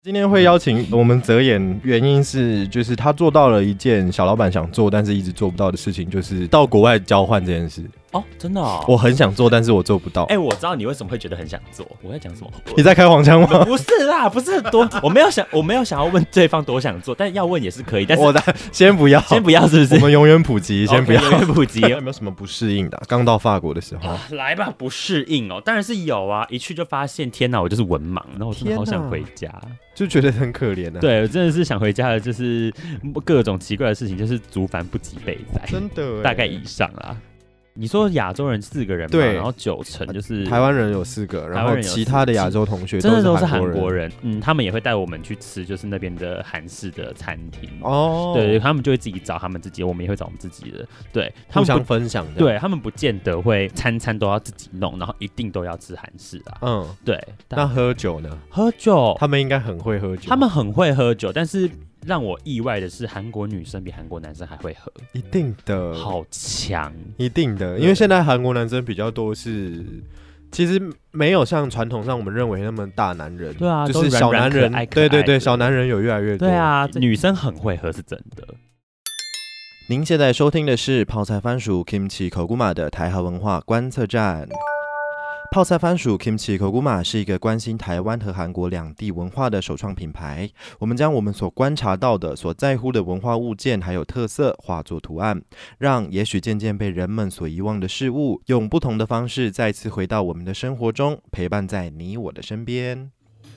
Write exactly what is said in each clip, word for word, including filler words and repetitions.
今天会邀请我们泽演，原因是就是他做到了一件小老板想做但是一直做不到的事情，就是到国外交换这件事。 哦，真的哦， 我很想做，但是我做不到。 哎、欸，我知道你为什么会觉得很想做。我在讲什么？ 你在开黄腔吗？ 不是啦，不是多，我没有想，我没有想要问对方多想做，但要问也是可以。但是我的先不要， 先不要，是不是？ 我们永远普及，先不要， okay, 永远普及。 有没有什么不适应的、啊？刚到法国的时候， 啊、来吧，不适应哦，当然是有啊。一去就发现，天哪，我就是文盲，然后我真的好想回家， 就觉得很可怜啊。 对，我真的是想回家的，就是各种奇怪的事情，就是族繁不及备载， 真的， 大概以上啦。你说亚洲人四个人嘛， 对， 然后九成就是台湾人有四个，然后其他的亚洲同学真的都是韩国国人，嗯，他们也会带我们去吃，就是那边的韩式的餐厅哦， 对，他们就会自己找他们自己，我们也会找我们自己的，对， 互相分享， 对他们不见得会餐餐都要自己弄，然后一定都要吃韩式啊，嗯，对。 那喝酒呢？ 喝酒， 他们应该很会喝酒， 他们很会喝酒，但是。让我意外的是，韩国女生比韩国男生还会喝， 一定的， 好强， 一定的，因为现在韩国男生比较多是，其实没有像传统上我们认为那么大男人， 对啊， 就是小男人， 软软可爱可爱对对对，小男人有越来越多， 对啊，女生很会喝是真的。 您现在收听的是泡菜番薯 Kimchi Koguma 的台韩文化观测站。泡菜番薯 Kimchi Koguma 是一个关心台湾和韩国两地文化的首创品牌。我们将我们所观察到的、所在乎的文化物件还有特色化作图案，让也许渐渐被人们所遗忘的事物，用不同的方式再次回到我们的生活中，陪伴在你我的身边。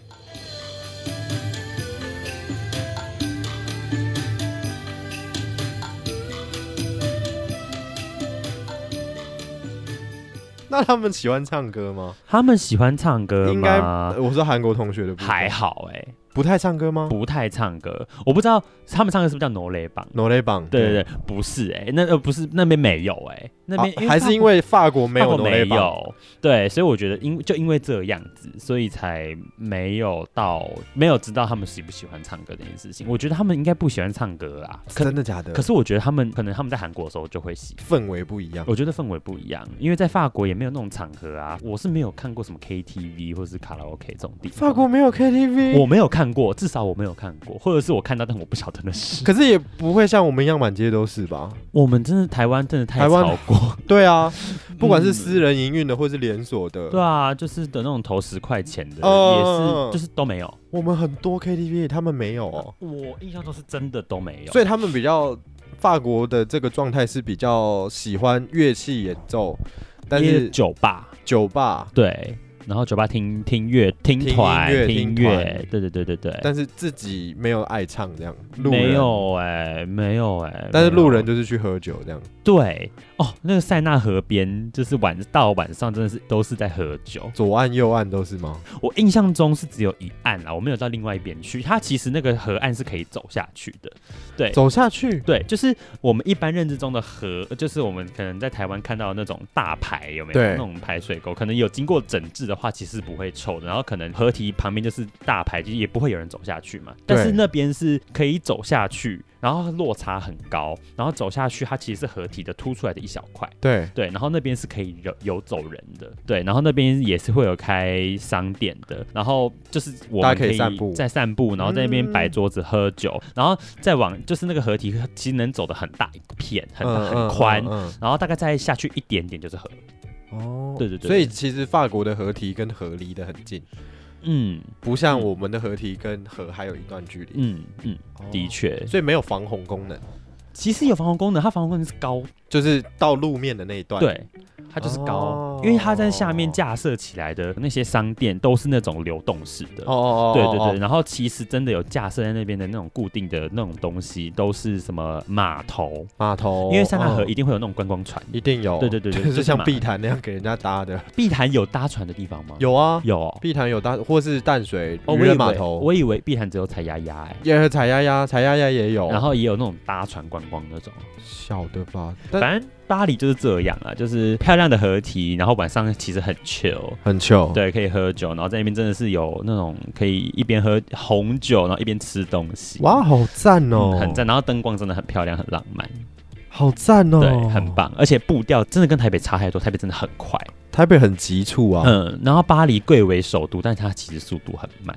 那他们喜欢唱歌吗？ 他们喜欢唱歌吗？ 应该，我说韩国同学的部分还好哎、欸， 不太唱歌吗？ 不太唱歌，我不知道他们唱歌是不是叫 No 雷榜 ？No 雷榜， 对对对，不是哎、欸，那呃不是那边没有哎、欸，那边、 啊、还是因为法国没有 No 雷榜， 对，所以我觉得因就因为这样子，所以才没有到没有知道他们喜不喜欢唱歌这件事情。我觉得他们应该不喜欢唱歌啦， 真的假的？ 可是我觉得他们可能他们在韩国的时候就会喜欢， 氛围不一样。 我觉得氛围不一样，因为在法国也没有那种场合啊，我是没有看过什么 K T V 或是卡拉 OK 这种地方。 法国没有 K T V， 我没有看过，至少我没有看过，或者是我看到，但我不晓得那是。 可是也不会像我们一样满街都是吧？ 我们真的台湾真的太超过， 对啊，不管是私人营运的或是连锁的、嗯， 对啊，就是的那种投十块钱的、呃，也是就是都没有。 我们很多 K T V 他们没有哦， 我印象中是真的都没有， 所以他们比较法国的这个状态是比较喜欢乐器演奏，但是酒吧酒吧对。然后酒吧听听乐、听团、听乐，对对对对对。 但是自己没有爱唱这样， 没有哎、欸，没有哎、欸。 但是路人就是去喝酒这样。 对哦，那个塞纳河边，就是晚到晚上真的是都是在喝酒， 左岸右岸都是吗？ 我印象中是只有一岸啦，我没有到另外一边去。它其实那个河岸是可以走下去的，对， 走下去， 对，就是我们一般认知中的河，就是我们可能在台湾看到的那种大排，有没有那种排水沟，可能有经过整治的话，其实不会臭的。然后可能河堤旁边就是大排，就也不会有人走下去嘛。但是那边是可以走下去。然后落差很高，然后走下去，它其实是河堤的凸出来的一小块， 对对，然后那边是可以游游走人的，对，然后那边也是会有开商店的，然后就是我们可以在散步，然后在那边摆桌子喝酒，嗯、然后再往就是那个河堤其实能走的很大一片，很大很宽、嗯嗯嗯，然后大概再下去一点点就是河。哦，对对 对, 对， 所以其实法国的河堤跟河离得很近。嗯，不像我们的河堤跟河还有一段距离。嗯嗯，的确， 所以没有防洪功能。 其实有防洪功能，它防洪功能是高， 就是到路面的那一段。 对，它就是高，哦、因为它在下面架设起来的那些商店都是那种流动式的。哦哦哦，对对对。然后其实真的有架设在那边的那种固定的那种东西，都是什么码头？ 码头， 因为塞纳河一定会有那种观光船， 一定有。 对对对对， 就是像碧潭那样给人家搭的。 碧潭有搭船的地方吗？ 有啊， 有、哦。 碧潭有搭，或是淡水渔人码头。 我以为碧潭只有踩丫丫，哎， 也踩丫丫，踩丫丫也有， 然后也有那种搭船观光那种。 小的吧， 反正巴黎就是这样啊，就是漂亮的河堤，然后晚上其实很 chill， 很 chill， 对，可以喝酒，然后在那边真的是有那种可以一边喝红酒，然后一边吃东西， 哇，好赞哦、 嗯，很赞，然后灯光真的很漂亮，很浪漫， 好赞哦， 对，很棒，而且步调真的跟台北差太多，台北真的很快， 台北很急促啊， 嗯，然后巴黎贵为首都，但是它其实速度很慢。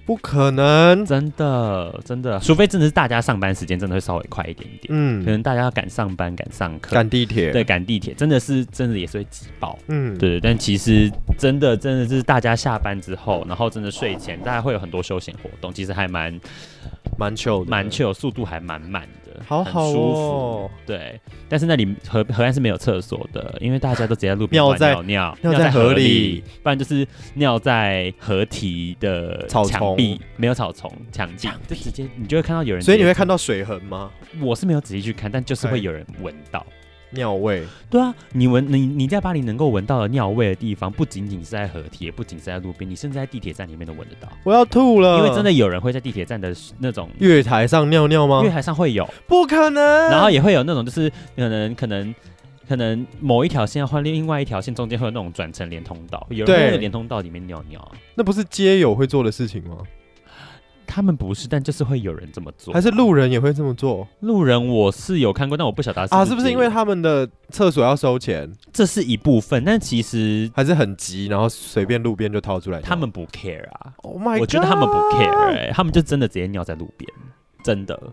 不可能， 真的真的，除非真的是大家上班时间真的会稍微快一点点，嗯，可能大家要赶上班、赶上课、 赶地铁， 对，赶地铁，真的是真的也是会挤爆，嗯，对对。但其实真的真的是大家下班之后，然后真的睡前，大家会有很多休闲活动，其实还蛮蛮 chill 的， 蛮 chill，速度还蛮慢的， 好好哦， 很舒服，对。但是那里河河岸是没有厕所的，因为大家都直接在路边尿在尿尿在河里， 不然就是尿在河堤的墙壁，没有草丛，墙壁就直接你就会看到有人， 所以你会看到水痕吗？ 我是没有仔细去看，但就是会有人闻到。 尿味， 对啊，你闻你你在巴黎能够闻到的尿味的地方，不仅仅是在河堤，也不仅是在路边，你甚至在地铁站里面都闻得到。 我要吐了， 因为真的有人会在地铁站的那种月台上尿尿吗？ 月台上会有， 不可能。 然后也会有那种就是可能可能可能某一条线要换另外一条线，中间会有那种转乘连通道，有人会在连通道里面尿尿， 那不是街友会做的事情吗？ 他们不是，但就是会有人这么做， 还是路人也会这么做？ 路人我是有看过，但我不晓得是不是啊，是不是因为他们的厕所要收钱？ 这是一部分，但其实还是很急，然后随便路边就掏出来。 他们不 care 啊 ！Oh my god！ 我觉得他们不 care， 哎、欸，他们就真的直接尿在路边，真的。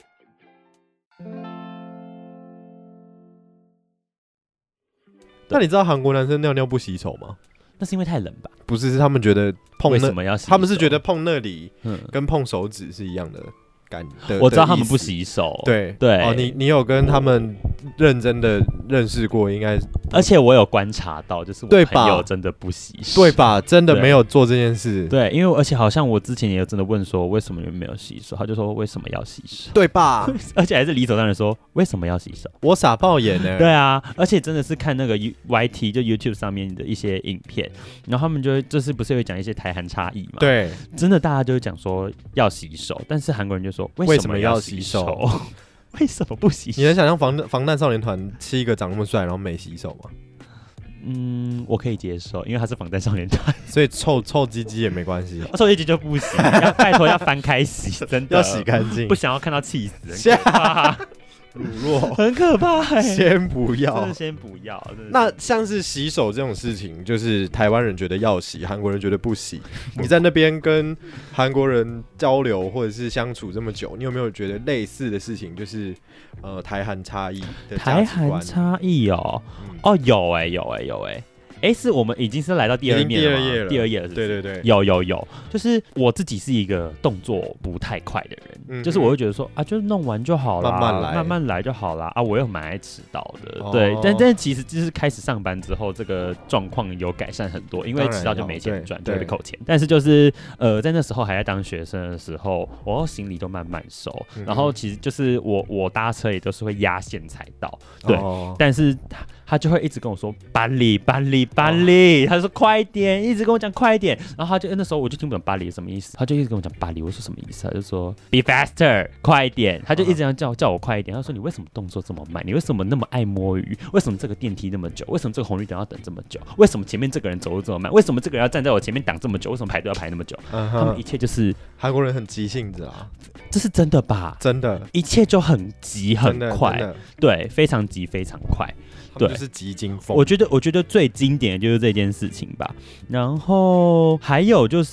那你知道韩国男生尿尿不洗手吗？ 那是因为太冷吧？ 不是，是他们觉得碰那为什么要洗手？ 他们是觉得碰那里跟碰手指是一样的感的。 我知道他们不洗手， 对对。 哦，你你有跟他们认真的认识过，应该。 而且我有观察到，就是我朋友真的不洗手， 对吧？真的没有做这件事， 对，因为而且好像我之前也有真的问说为什么你们没有洗手，他就说为什么要洗手， 对吧？ 而且还是理所当然说为什么要洗手， 我傻爆眼呢、欸。 对啊，而且真的是看那个 Y T 就 YouTube 上面的一些影片，然后他们就会就是不是会讲一些台韩差异嘛？ 对， 真的大家就会讲说要洗手，但是韩国人就说为什么要洗手？为什么不洗手？ 你能想象防防弹少年团七个长那么帅，然后没洗手吗？ 嗯，我可以接受，因为他是防弹少年团， 所以臭臭鸡鸡也没关系。 臭鸡鸡就不行，要拜托要翻开洗，真的要洗干净， 不想要看到气死人。 乳酪很可怕、欸， 先不要， 真的先不要。 那像是洗手这种事情，就是台湾人觉得要洗，韩国人觉得不洗。你在那边跟韩国人交流或者是相处这么久，你有没有觉得类似的事情？就是呃台韩差异的价值观。台韩差异哦，嗯、哦有哎、欸、有哎、欸、有哎、欸。哎，是我们已经是来到第二面了吗？ 第二页了， 第二页了是不是， 对对对， 有有有，就是我自己是一个动作不太快的人，嗯、就是我会觉得说啊，就是弄完就好了， 慢慢来， 慢慢来就好了啊。我又蛮爱迟到的，哦、对，但但其实就是开始上班之后，这个状况有改善很多，因为迟到就没钱赚，就会被扣钱。但是就是呃，在那时候还在当学生的时候，我行李都慢慢收，嗯、然后其实就是我我搭车也都是会压线才到，对，哦、但是他他就会一直跟我说巴黎巴黎巴黎。他说快一点，一直跟我讲快一点，然后他就那时候我就听不懂巴黎什么意思，他就一直跟我讲巴黎，我说什么意思？他就说 be faster， 快一点，他就一直这样叫叫我快一点。他说你为什么动作这么慢？你为什么那么爱摸鱼？为什么这个电梯那么久？为什么这个红绿灯要等这么久？为什么前面这个人走路这么慢？为什么这个人要站在我前面挡这么久？为什么排队要排那么久？嗯、他们一切就是韩国人很急性子啊， 这是真的吧？ 真的， 一切就很急很快，对，非常急非常快。 对，就是急惊风。 我觉得，我觉得最经典的就是这件事情吧。然后还有就是，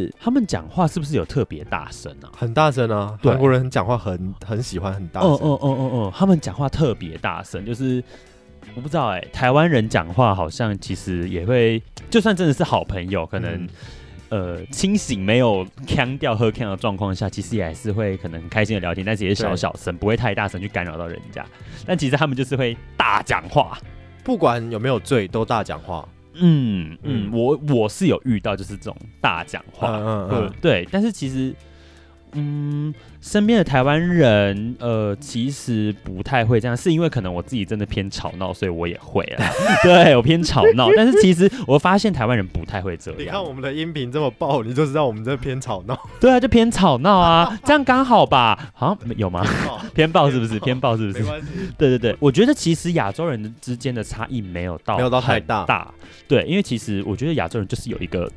他们讲话是不是有特别大声啊？ 很大声啊！韩国人讲话很很喜欢很大声。 嗯嗯嗯嗯嗯，他们讲话特别大声，就是我不知道哎、欸，台湾人讲话好像其实也会，就算真的是好朋友，可能。嗯呃，清醒没有呛掉喝呛的状况下，其实也还是会可能很开心的聊天，但是也是小小声，不会太大声去干扰到人家。但其实他们就是会大讲话， 不管有没有醉都大讲话。 嗯嗯，我我是有遇到就是这种大讲话，嗯嗯嗯对，但是其实。嗯，身边的台湾人，呃，其实不太会这样，是因为可能我自己真的偏吵闹，所以我也会啦。对，我偏吵闹，但是其实我发现台湾人不太会这样。 你看我们的音频这么爆，你就知道我们这偏吵闹。 对啊，就偏吵闹啊，这样刚好吧？好像有吗？偏爆是不是？偏爆是不是？ 没关系。 对对对，我觉得其实亚洲人之间的差异没有到没有到太大大。对，因为其实我觉得亚洲人就是有一个。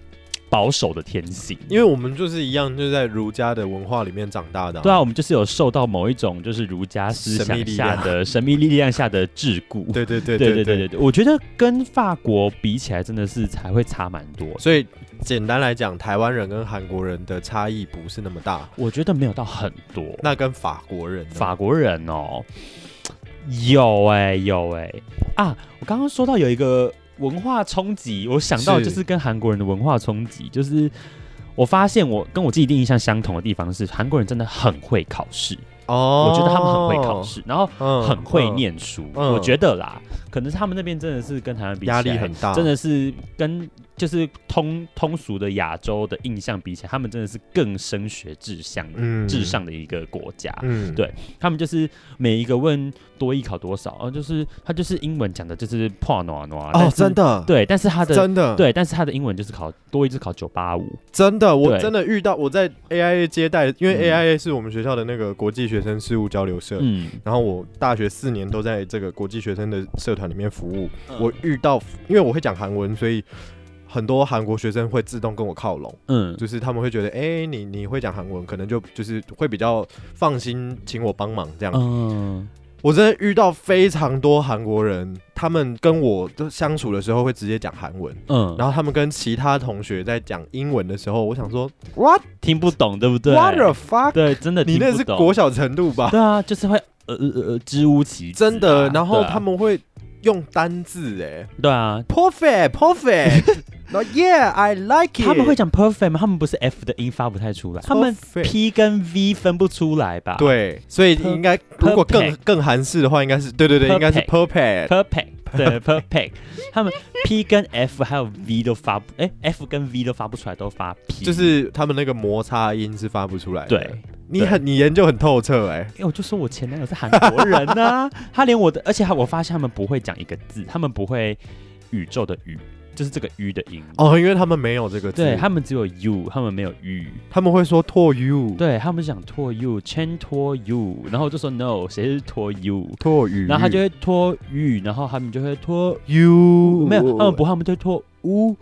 保守的天性， 因为我们就是一样，就是在儒家的文化里面长大的、啊。 对啊，我们就是有受到某一种就是儒家思想下的神秘力量下的桎梏。 对对对对对对对对，我觉得跟法国比起来，真的是才会差蛮多。 所以简单来讲，台湾人跟韩国人的差异不是那么大。 我觉得没有到很多。 那跟法国人呢？ 法国人哦，有哎、欸、有哎、欸、啊！我刚刚说到有一个文化冲击，我想到就是跟韩国人的文化冲击，就是我发现我跟我自己的印象相同的地方是，韩国人真的很会考试。哦，我觉得他们很会考试，然后很会念书。嗯嗯、我觉得啦，可能是他们那边真的是跟台湾比起来压力很大， 真的是跟就是通通俗的亚洲的印象比起来，他们真的是更升学至上、嗯、至上的一个国家。嗯，对他们就是每一个问多益考多少，哦，就是他就是英文讲的就是破暖暖哦， 真的对，但是他的真的对，但是他的英文就是考多益是考九八五， 真的，我真的遇到我在 A I A 接待，因为 A I A 是我们学校的那个国际学生事务交流社，嗯，然后我大学四年都在这个国际学生的社团里面服务，嗯、我遇到，因为我会讲韩文，所以很多韩国学生会自动跟我靠拢，嗯，就是他们会觉得，哎、欸，你你会讲韩文，可能就就是会比较放心，请我帮忙这样，嗯。我真的遇到非常多韩国人，他们跟我相处的时候会直接讲韩文，嗯，然后他们跟其他同学在讲英文的时候，我想说 ，what 听不懂，对不对 ？What the fuck？ 对，真的听不懂。 你那是国小程度吧？ 对啊，就是会呃呃呃支吾其词、啊， 真的。然后他们会用单字，哎， 对啊 ，perfect perfect。No, yeah, I like it. 他们会讲 perfect 吗？他们不是 F 的音发不太出来， 他们 P 跟 V 分不出来吧？ 对，所以应该如果更更韩式的话，应该是对对对，应该是 perfect perfect 对 perfect。他们 P 跟 F 还有 V 都发不，哎、欸、，F 跟 V 都发不出来，都发 P， 就是他们那个摩擦音是发不出来的。 对， 你很你研究很透彻哎、欸。 因为我就说我前男友是韩国人啊，他连我的，而且我发现他们不会讲一个字，他们不会宇宙的宇。就是这个 U 的音哦，因为他们没有这个字， 对他们只有 U， 他们没有 U， 他们会说脱 U， 对他们讲脱 U，Chen 脱 U， 然后我就说 No， 谁是脱 U？ 脱 U， 然后他就会脱 U， 然后他们就会脱 U， 没有，他们不，他们就会脱 U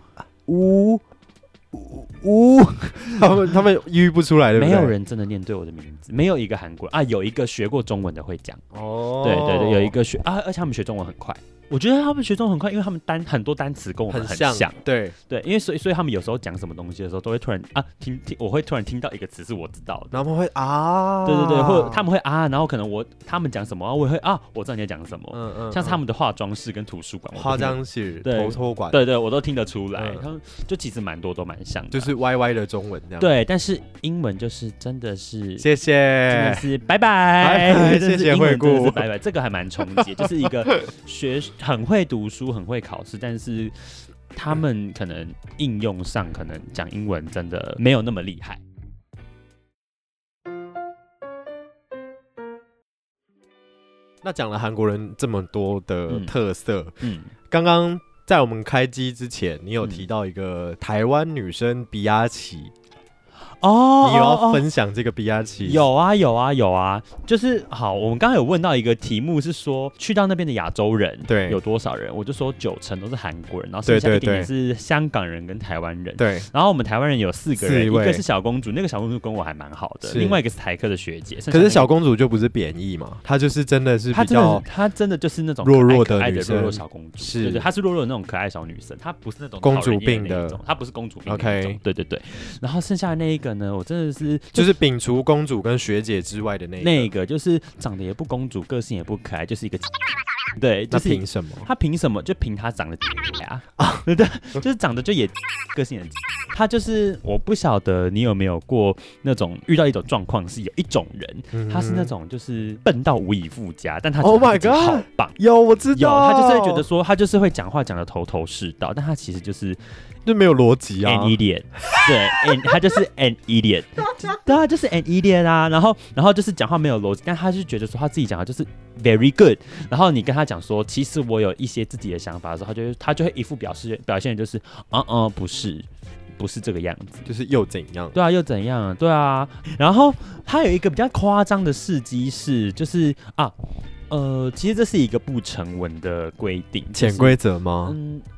U U， 他们他们 U 不出来，对不对？ 没有人真的念对我的名字，没有一个韩国人啊，有一个学过中文的会讲哦，对对对，有一个学啊，而且他们学中文很快。我觉得他们学中文很快，因为他们单很多单词跟我们很像，很像对对，因为所以所以他们有时候讲什么东西的时候，都会突然啊听听，我会突然听到一个词是我知道的， 然后他们会啊， 对对对，或者他们会啊，然后可能我他们讲什么，我也会啊，我知道你在讲什么，嗯嗯，像是他们的化妆室跟图书馆， 化妆室、图书馆， 对对，我都听得出来，嗯、他们就其实蛮多都蛮像的， 就是歪歪的中文这样， 对，但是英文就是真的是， 谢谢， 真的是拜拜， 拜拜谢谢惠顾， 拜拜，这个还蛮冲击，就是一个学很会读书。书很会考试，但是他们可能应用上可能讲英文真的没有那么厉害。 那讲了韩国人这么多的特色，嗯，刚刚、嗯、在我们开机之前，你有提到一个台湾女生比亚奇。哦，你有要分享这个比亚奇？ 有啊，有啊，有啊，就是好。我们刚刚有问到一个题目是说，去到那边的亚洲人，对，有多少人？我就说九成都是韩国人，然后剩下一点点是香港人跟台湾人。对，然后我们台湾人有四个人，一个是小公主，那个小公主跟我还蛮好的，另外一个是台客的学姐。 可是小公主就不是贬义嘛，她就是真的是比较， 她真的就是那种弱弱的女生，弱弱小公主，是，对对，她是弱弱的那种可爱小女生，她不是那种公主病的， 她不是公主病的那种。对对对，然后剩下的那一个呢，我真的是。 就是摒除公主跟学姐之外的那一个， 那个就是长得也不公主，个性也不可爱，就是一个对，就是、 那凭什么？ 他凭什么？就凭他长得呀、啊，对对，就是长得就也个性也，他就是我不晓得你有没有过那种遇到一种状况，是有一种人，嗯、他是那种就是笨到无以复加，但他觉得他自己好棒， oh、有我知道， 有他就是会觉得说他就是会讲话讲得头头是道，但他其实就是。 就没有逻辑啊 ，an idiot， 对，an 他就是 an idiot， 对啊，就是 an idiot 啊，然后然后就是讲话没有逻辑，但他就觉得说他自己讲的就是 very good， 然后你跟他讲说，其实我有一些自己的想法的时候，他就他就会一副表示表现就是，嗯嗯，不是。不是这个样子， 就是又怎样？ 对啊，又怎样？对啊。然后他有一个比较夸张的事迹是，就是啊，呃，其实这是一个不成文的规定， 潜规则吗？ 嗯。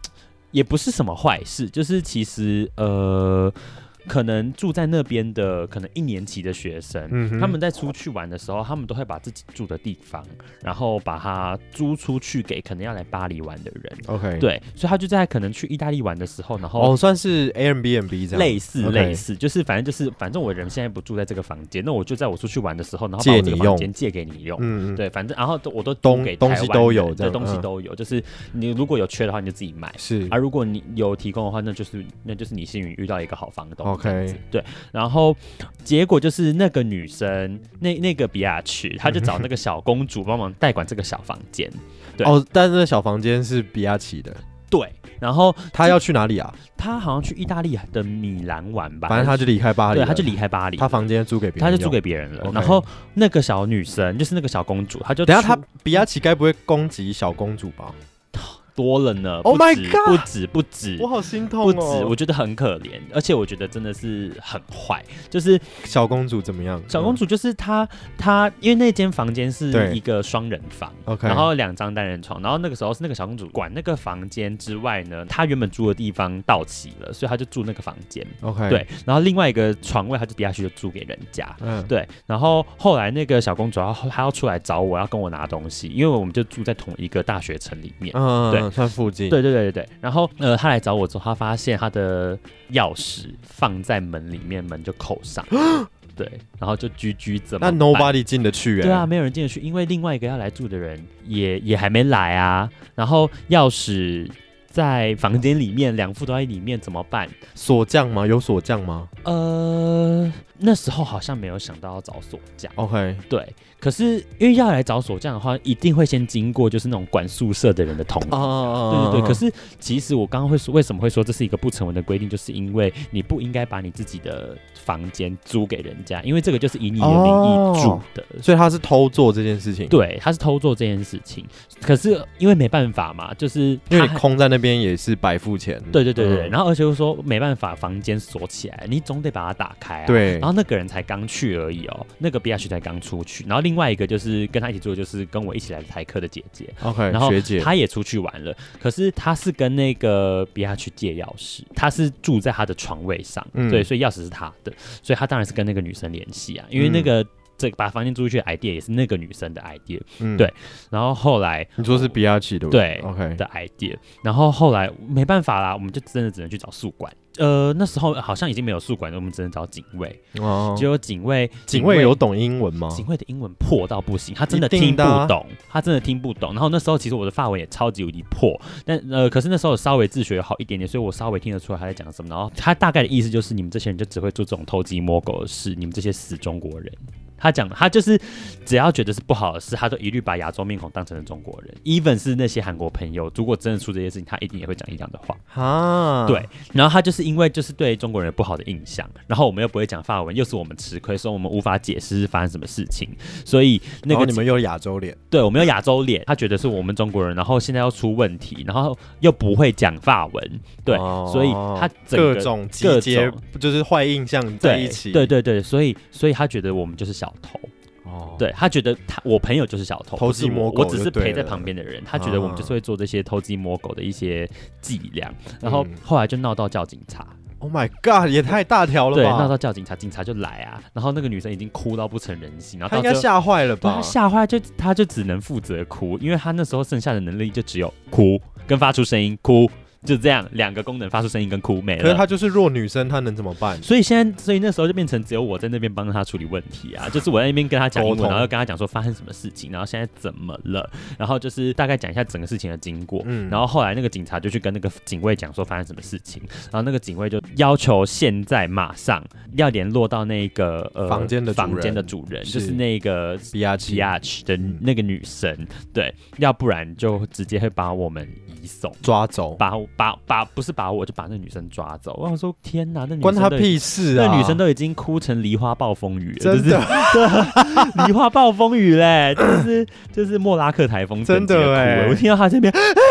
也不是什么坏事，就是其实呃。可能住在那边的可能一年级的学生、嗯、他们在出去玩的时候他们都会把自己住的地方然后把它租出去给可能要来巴黎玩的人 OK 对，所以他就在可能去意大利玩的时候然后哦算是 Airbnb 这样类似、okay. 类似就是反正就是反正我人现在不住在这个房间，那我就在我出去玩的时候然后把我这个房间借给你用嗯对，反正然后我都租给台湾人， 东西都有， 对，东西都有、嗯、就是你如果有缺的话你就自己买， 是啊，如果你有提供的话那就是那就是你幸运遇到一个好房东 OK 对，然后结果就是那个女生，那那个比亚曲，她就找那个小公主帮忙代管这个小房间。对哦，但是那小房间是比亚奇的。 对，然后她要去哪里啊？ 她好像去意大利的米兰玩吧， 反正她就离开巴黎了。 对，她就离开巴黎， 她房间租给别人， 她就租给别人了。Okay. 然后那个小女生，就是那个小公主，她就等一下，她比亚奇该不会攻击小公主吧？ 多了呢 ，Oh my god， 不止不止， 我好心痛哦，不止，我觉得很可怜，而且我觉得真的是很坏，就是小公主怎么样？ 小公主就是她，她因为那间房间是一个双人房 ，OK， 然后两张单人床，然后那个时候是那个小公主管那个房间之外呢，她原本住的地方到期了，所以她就住那个房间 ，OK， 对，然后另外一个床位她就底下去就租给人家，嗯，对，然后后来那个小公主她要出来找我，要跟我拿东西，因为我们就住在同一个大学城里面， 嗯， 对， 算附近， 对。对对对对，然后呃，他来找我之后，他发现他的钥匙放在门里面，门就扣上，对，然后就居居怎么办？ 那 nobody 进得去哎、欸？ 对啊，没有人进得去，因为另外一个要来住的人也也还没来啊，然后钥匙在房间里面，两副都在里面，怎么办？ 锁匠吗？有锁匠吗？ 呃，那时候好像没有想到要找锁匠。 OK， 对。可是因为要来找锁匠的话，一定会先经过就是那种管宿舍的人的同意。哦，对对对。可是其实我刚刚会说，为什么会说这是一个不成文的规定，就是因为你不应该把你自己的房间租给人家，因为这个就是以你的名义住的。哦， 所以他是偷做这件事情。 对，他是偷做这件事情。可是因为没办法嘛，就是因为你空在那边也是白付钱。 对对对对。嗯，然后而且又说没办法，房间锁起来，你总得把它打开啊。 对。 然后那个人才刚去而已哦，那个 B H 才刚出去，然后另外一个就是跟他一起住的，就是跟我一起来台客的姐姐 ，OK， 然后学姐， 她也出去玩了，可是她是跟那个 B H 借钥匙，她是住在她的床位上，嗯，对，所以钥匙是她的，所以她当然是跟那个女生联系啊，因为那个。嗯，这把房间租出去的 idea 也是那个女生的 idea，嗯，对。然后后来你说是比亚奇的， 对 ，OK 的 idea。然后后来没办法啦，我们就真的只能去找宿管。呃，那时候好像已经没有宿管了，我们只能找警卫。哦，结果警卫， 警卫有懂英文吗？ 警卫的英文破到不行，他真的听不懂，他真的听不懂。然后那时候其实我的法文也超级无敌破，但呃，可是那时候稍微自学好一点点，所以我稍微听得出来他在讲什么。然后他大概的意思就是，你们这些人就只会做这种偷鸡摸狗的事，你们这些死中国人。他讲，他就是只要觉得是不好的事，他都一律把亚洲面孔当成了中国人。even 是那些韩国朋友，如果真的出这些事情，他一定也会讲一样的话。啊，对。然后他就是因为就是对中国人有不好的印象，然后我们又不会讲法文，又是我们吃亏，所以我们无法解释发生什么事情。所以那个你们又亚洲脸， 对，我们有亚洲脸，他觉得是我们中国人，然后现在要出问题，然后又不会讲法文，对，哦，所以他整个各种集结就是坏印象在一起。 对对 对, 对，所以所以他觉得我们就是小偷。哦，对，他觉得他我朋友就是小偷， 偷鸡摸狗， 我只是陪在旁边的人。他觉得我们就是会做这些偷鸡摸狗的一些伎俩，然后后来就闹到叫警察。 Oh my god， 也太大条了吧！ 对，闹到叫警察，警察就来啊。然后那个女生已经哭到不成人形，然后她应该吓坏了吧？ 她吓坏，就她就只能负责哭，因为她那时候剩下的能力就只有哭跟发出声音，哭。就这样，两个功能，发出声音跟哭没了。 可是她就是弱女生，她能怎么办？ 所以现在，所以那时候就变成只有我在那边帮她处理问题啊，就是我在那边跟她讲英文，然后跟她讲说发生什么事情，然后现在怎么了，然后就是大概讲一下整个事情的经过。嗯，然后后来那个警察就去跟那个警卫讲说发生什么事情，然后那个警卫就要求现在马上要联络到那个呃房间的房间的主人， 是就是那个 B H H 的那个女生，嗯，对，要不然就直接会把我们移送抓走， 把把把不是把我就把那女生抓走。我想说天哪，那女生关他屁事啊！ 那女生都已经哭成梨花暴风雨了， 真的， 就是梨花暴风雨嘞，就是就是莫拉克台风， 真的哎！ 我听到他这边，啊，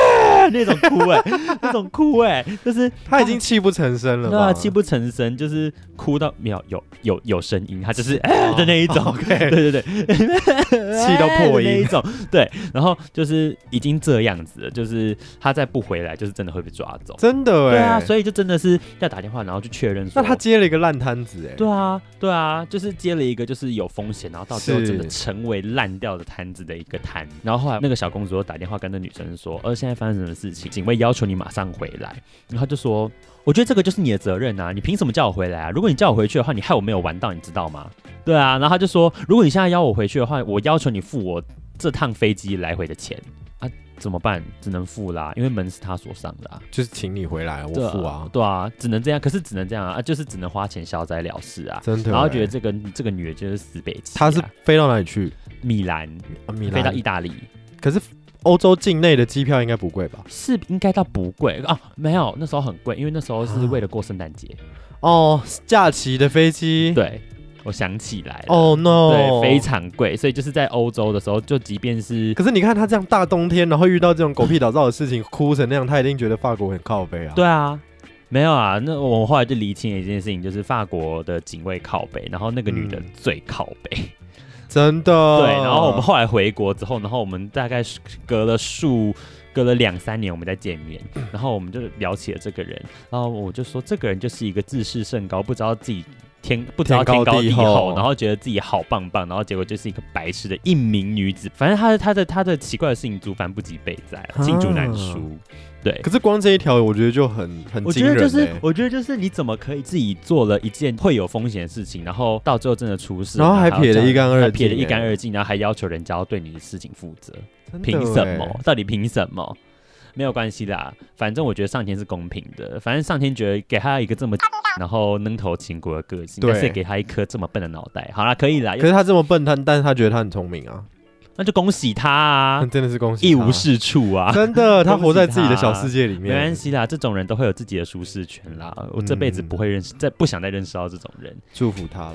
那种哭哎、欸，那种哭哎、欸，就是他已经泣不成声了吧？ 对啊，泣不成声，就是哭到没有有有有声音，他就是哎、哦、的那一种。 OK， 对对对， 气到破音那一种。对，然后就是已经这样子了，就是他再不回来，就是真的会被抓走。 真的哎、欸， 对啊，所以就真的是要打电话，然后去确认说。 那他接了一个烂摊子哎、欸。 对啊，对啊，就是接了一个就是有风险，然后到最后真的成为烂掉的摊子的一个摊。然后后来那个小公主又打电话跟那女生说，呃，现在发生什么事情？警卫要求你马上回来。然后就说，我觉得这个就是你的责任啊，你凭什么叫我回来啊？如果你叫我回去的话，你害我没有玩到，你知道吗？对啊，然后他就说，如果你现在邀我回去的话，我要求你付我这趟飞机来回的钱啊。怎么办？只能付啦，因为门是他锁上的啊。 就是请你回来，我付啊。 对啊，只能这样。可是只能这样啊，就是只能花钱消灾了事啊。 真的、欸。 然后觉得这个这个女的就是死北齐、啊。 她是飞到哪里去？ 米兰， 啊、米兰飞到意大利。 可是欧洲境内的机票应该不贵吧？ 是应该到不贵啊？没有，那时候很贵，因为那时候是为了过圣诞节。 哦，假期的飞机。 对。我想起来了， 哦、oh, no， 对，非常贵，所以就是在欧洲的时候，就即便是， 可是你看他这样大冬天，然后遇到这种狗屁倒灶的事情，哭成那样，他一定觉得法国很靠北啊。 对啊，没有啊，那我后来就厘清了一件事情，就是法国的警卫靠北，然后那个女的最靠北，嗯、 真的。 对，然后我们后来回国之后，然后我们大概隔了数。隔了两三年，我们再见面，然后我们就聊起了这个人，然后我就说，这个人就是一个自视甚高，不知道自己天不知道天高地厚，然后觉得自己好棒棒，然后结果就是一个白痴的一名女子。反正她的她的她的奇怪的事情，族繁不及备载，罄竹难书。对， 可是光这一条，我觉得就很很惊人、欸。 我觉得就是，我觉得就是你怎么可以自己做了一件会有风险的事情，然后到最后真的出事， 然后还撇得一干二净， 撇得一干二净，然后还要求人家要对你的事情负责。凭什么？到底凭什么？没有关系啦，反正我觉得上天是公平的。反正上天觉得给他一个这么然后愣头青骨的个性，但是给他一颗这么笨的脑袋。好啦，可以啦。 可是他这么笨，他但是他觉得他很聪明啊， 那就恭喜他啊！ 真的是恭喜他， 一无是处啊！ 真的，他活在自己的小世界里面。 没关系啦，这种人都会有自己的舒适圈啦。我这辈子不会认识，再不想再认识到这种人。 祝福他了。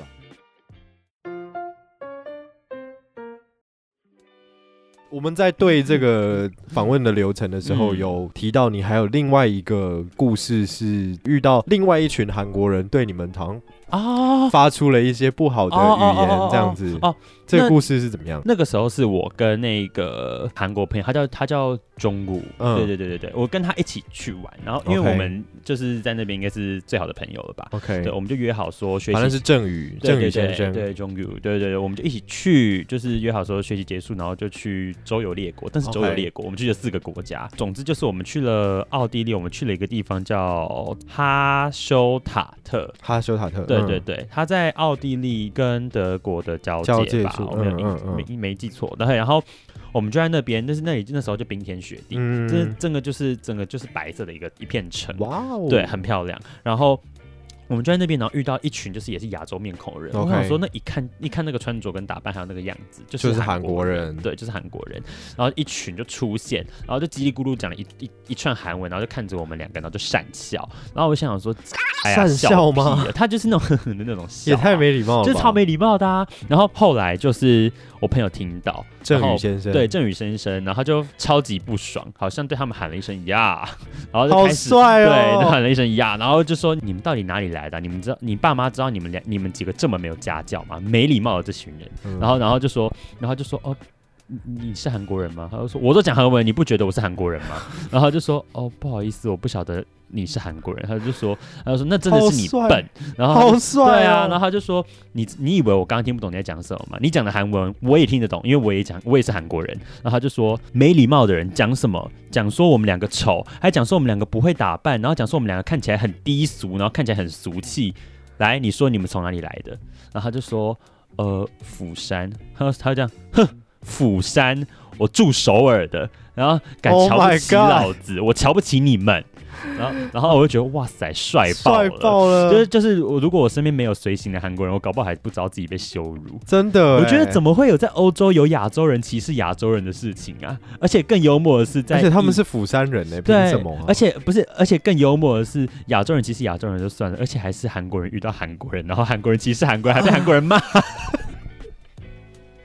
我们在对这个访问的流程的时候，嗯、有提到你还有另外一个故事，是遇到另外一群韩国人对你们好像啊发出了一些不好的语言，这样子。哦，哦哦哦哦这个故事是怎么样？ 那个时候是我跟那个韩国朋友，他叫他叫中谷，嗯、对对对对对，我跟他一起去玩，然后因为我们就是在那边应该是最好的朋友了吧 ？OK， 对，我们就约好说学习， 反正是郑宇，郑宇先生， 对中谷，对对对，我们就一起去，就是约好说学习结束，然后就去周游列国，但是周游列国， okay. 我们去了四个国家，总之就是我们去了奥地利，我们去了一个地方叫哈修塔特， 哈修塔特， 对对对，嗯、他在奥地利跟德国的交界吧。我没有、嗯嗯、没没记错，然后我们就在那边，但是那里那时候就冰天雪地，嗯，这整个就是整个就是白色的一个一片城，哇哦，对，很漂亮。然后我们就在那边，然后遇到一群就是也是亚洲面孔人。Okay. 我想说，那一看一看那个穿着跟打扮，还有那个样子，就是韩国人，对，就是韩国人。然后一群就出现，然后就叽里咕噜讲了一一一串韩文，然后就看着我们两个，然后就讪笑。然后我想想说，哎呀， 讪笑吗？ 他就是那种呵呵的那种笑、啊， 也太没礼貌了吧， 就是超没礼貌的啊。然后后来就是我朋友听到郑宇先生， 对郑宇先生，然后他就超级不爽，好像对他们喊了一声呀，然后就开始好帅哦， 对，就喊了一声呀，然后就说你们到底哪里来的？你们知道你爸妈知道你们两你们几个这么没有家教吗？没礼貌的这群人，嗯、然后然后就说，然后就说哦。你是韩国人吗？他就说，我都讲韩文，你不觉得我是韩国人吗？然后他就说，哦，不好意思，我不晓得你是韩国人。他就说，他就说，那真的是你笨。然后好帅、哦， 对啊，然后他就说，你你以为我刚刚听不懂你在讲什么吗？你讲的韩文我也听得懂，因为我也讲，我也是韩国人。然后他就说，没礼貌的人讲什么？讲说我们两个丑，还讲说我们两个不会打扮，然后讲说我们两个看起来很低俗，然后看起来很俗气。来，你说你们从哪里来的？然后他就说，呃，釜山。他他就这样，哼。釜山，我住首尔的，然后敢瞧不起老子， oh、我瞧不起你们，然后，然后我就觉得哇塞，帅爆了， 帅爆了！ 就是就是，如果我身边没有随行的韩国人，我搞不好还不知道自己被羞辱。 真的， 我觉得怎么会有在欧洲有亚洲人歧视亚洲人的事情啊？而且更幽默的是在， 而且他们是釜山人呢、欸，凭什么、啊？ 而且不是，而且更幽默的是，亚洲人歧视亚洲人就算了，而且还是韩国人遇到韩国人，然后韩国人歧视韩国人，还被韩国人骂。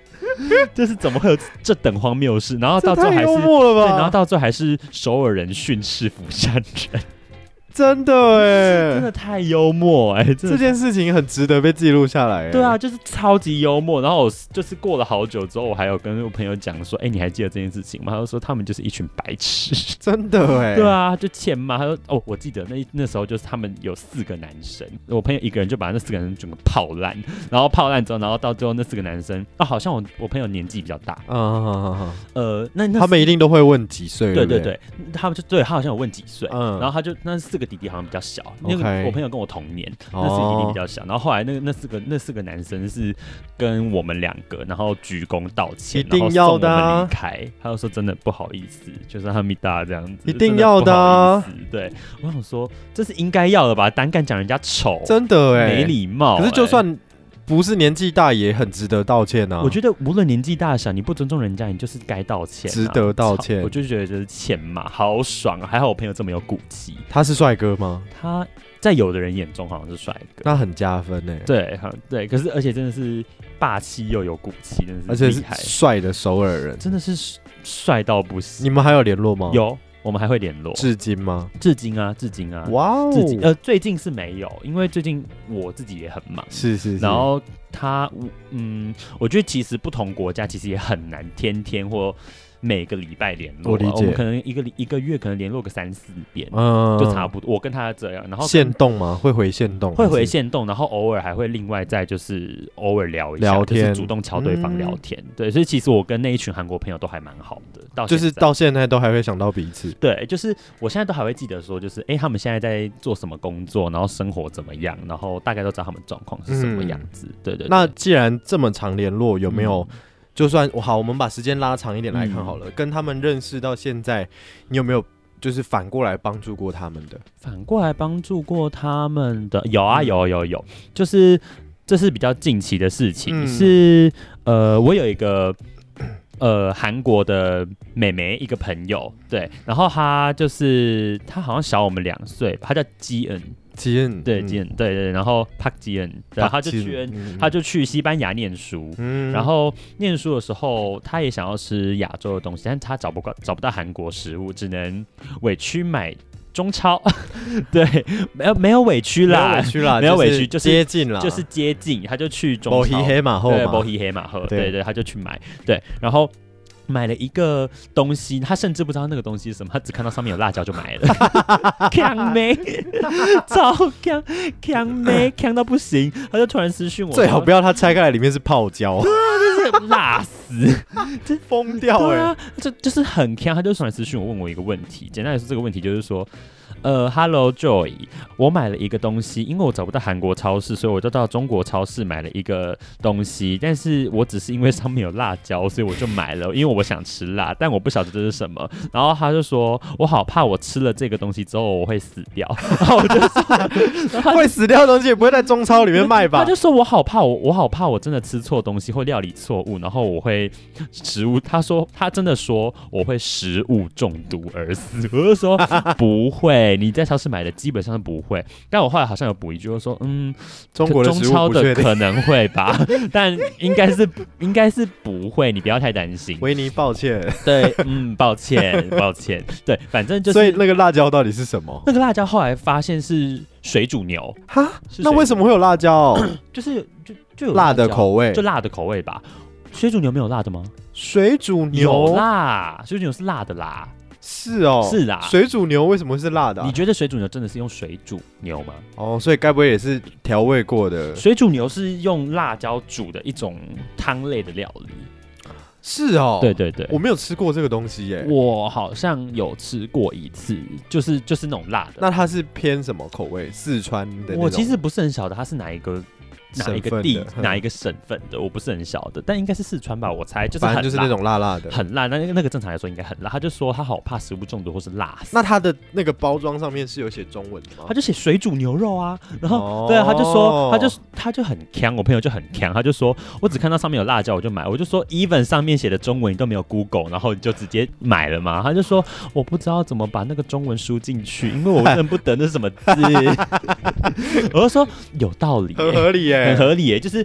就是怎么会有这等荒谬的事？然后到最后还是， 对， 然后到最后还是首尔人训斥釜山人。 真的哎， 真的太幽默哎、欸！ 这件事情很值得被记录下来。 对啊，就是超级幽默。然后我就是过了好久之后，我还有跟我朋友讲说：“哎、欸，你还记得这件事情吗？”他就说他们就是一群白痴。 真的哎。 对啊，就欠骂。他说：“哦，我记得那那时候就是他们有四个男生，我朋友一个人就把那四个男生整个泡烂，然后泡烂之后，然后到最后那四个男生啊，好像我我朋友年纪比较大，嗯嗯嗯呃，那那他们一定都会问几岁， 对对对，他们就对他好像有问几岁， 嗯， 然后他就那四个弟弟好像比较小。” Okay. 那个我朋友跟我同年，那四个弟弟比较小，然后后来那个那四个那四个男生是跟我们两个，然后鞠躬道歉， 一定要的、啊， 然后送我们离开。他就说真的不好意思，就是哈密达这样子， 一定要的、啊。 对，我想说这是应该要的吧，胆敢讲人家丑， 真的哎、 欸，没礼貌、欸。 可是就算不是年纪大，也很值得道歉啊。 我觉得无论年纪大小，你不尊重人家，你就是该道歉、啊， 值得道歉。 我就觉得这是欠骂，好爽啊！还好我朋友这么有骨气。 他是帅哥吗？ 他。在有的人眼中好像是帅哥， 那很加分哎、欸。 对，对，可是而且真的是霸气又有骨气，真的是而且是帅的首尔人， 真的是帅到不行。 你们还有联络吗？ 有，我们还会联络。 至今吗？ 至今啊，至今啊， 哇哦！ 至今呃，最近是没有，因为最近我自己也很忙。 是是是。 然后他，嗯，我觉得其实不同国家其实也很难天天或。每个礼拜联络、啊，我, 我们可能一个一个月可能联络个三四遍，嗯，就差不多。我跟他这样，然后限动吗？会回限动？ 会回限动，然后偶尔还会另外再就是偶尔聊一下， 聊天， 就是主动敲对方聊天、嗯。对，所以其实我跟那一群韩国朋友都还蛮好的，到就是到现在都还会想到彼此。 对，就是我现在都还会记得说，就是哎、欸，他们现在在做什么工作，然后生活怎么样，然后大概都知道他们状况是什么样子。嗯、对, 对对。 那既然这么常联络，有没有？嗯就算好，我们把时间拉长一点来看好了、嗯。跟他们认识到现在，你有没有就是反过来帮助过他们的？ 反过来帮助过他们的有啊，有有有，就是这是比较近期的事情。嗯、是呃，我有一个呃韩国的妹妹，一个朋友，对，然后她就是她好像小我们两岁，她叫基恩。 基恩对基恩、嗯、对对，然后帕基恩，对，他就去、嗯、他就去西班牙念书、嗯，然后念书的时候，他也想要吃亚洲的东西，但他找不到找不到韩国食物，只能委屈买中超。对，没有没有委屈啦， 没有委屈啦， 没有委屈，就是接近啦， 就是接近，他就去中超， 波黑马后， 对，波黑马后，对对，他就去买，对，然后。买了一个东西，他甚至不知道那个东西是什么，他只看到上面有辣椒就买了。强妹，超强，强妹，强到不行，他就突然私讯我， 最好不要他拆开来里面是泡椒， 就是辣死， 真疯掉哎、欸啊！ 就就是很强，他就突然私讯我，问我一个问题，简单来说，这个问题就是说。呃 ，Hello Joy， 我买了一个东西，因为我找不到韩国超市，所以我就到中国超市买了一个东西。但是我只是因为上面有辣椒，所以我就买了，因为我想吃辣，但我不晓得这是什么。然后他就说，我好怕我吃了这个东西之后我会死掉。然后我就说， 会死掉的东西也不会在中超里面卖吧？ 他就说我好怕我，我好怕我真的吃错东西或料理错误，然后我会食物。他说他真的说我会食物中毒而死。我就说不会。你在超市买的基本上不会，但我后来好像有补一句，就说嗯， 中国的食物中超的可能会吧，但应该是应该是不会，你不要太担心。 维尼，抱歉。 对，嗯，抱歉，抱歉。对，反正就是。 所以那个辣椒到底是什么？ 那个辣椒后来发现是水煮牛。哈？ 那为什么会有辣椒？ 就是就就有辣的口味， 就辣的口味吧。水煮牛没有辣的吗？ 水煮牛有辣，水煮牛是辣的啦。 是哦， 是啦。 水煮牛为什么是辣的、啊？ 你觉得水煮牛真的是用水煮牛吗？ 哦，所以该不会也是调味过的？ 水煮牛是用辣椒煮的一种汤类的料理。 是哦， 对对对， 我没有吃过这个东西耶。 我好像有吃过一次，就是就是那种辣的。 那它是偏什么口味？四川的？ 我其实不是很晓得它是哪一个。哪一个地哪一个省份的，我不是很晓得，但应该是四川吧，我猜就是很辣， 就是那种辣辣的， 很辣。那那个正常来说应该很辣。他就说他好怕食物中毒或是辣死。 那他的那个包装上面是有写中文的吗？ 他就写水煮牛肉啊，然后、哦、对啊，他就说他就他就很强，我朋友就很强，他就说我只看到上面有辣椒我就买，我就说 even 上面写的中文你都没有 Google， 然后你就直接买了嘛？他就说我不知道怎么把那个中文输进去，因为我认不得那是什么字。我就说有道理、欸， 很合理耶、欸， 很合理耶、欸，就是。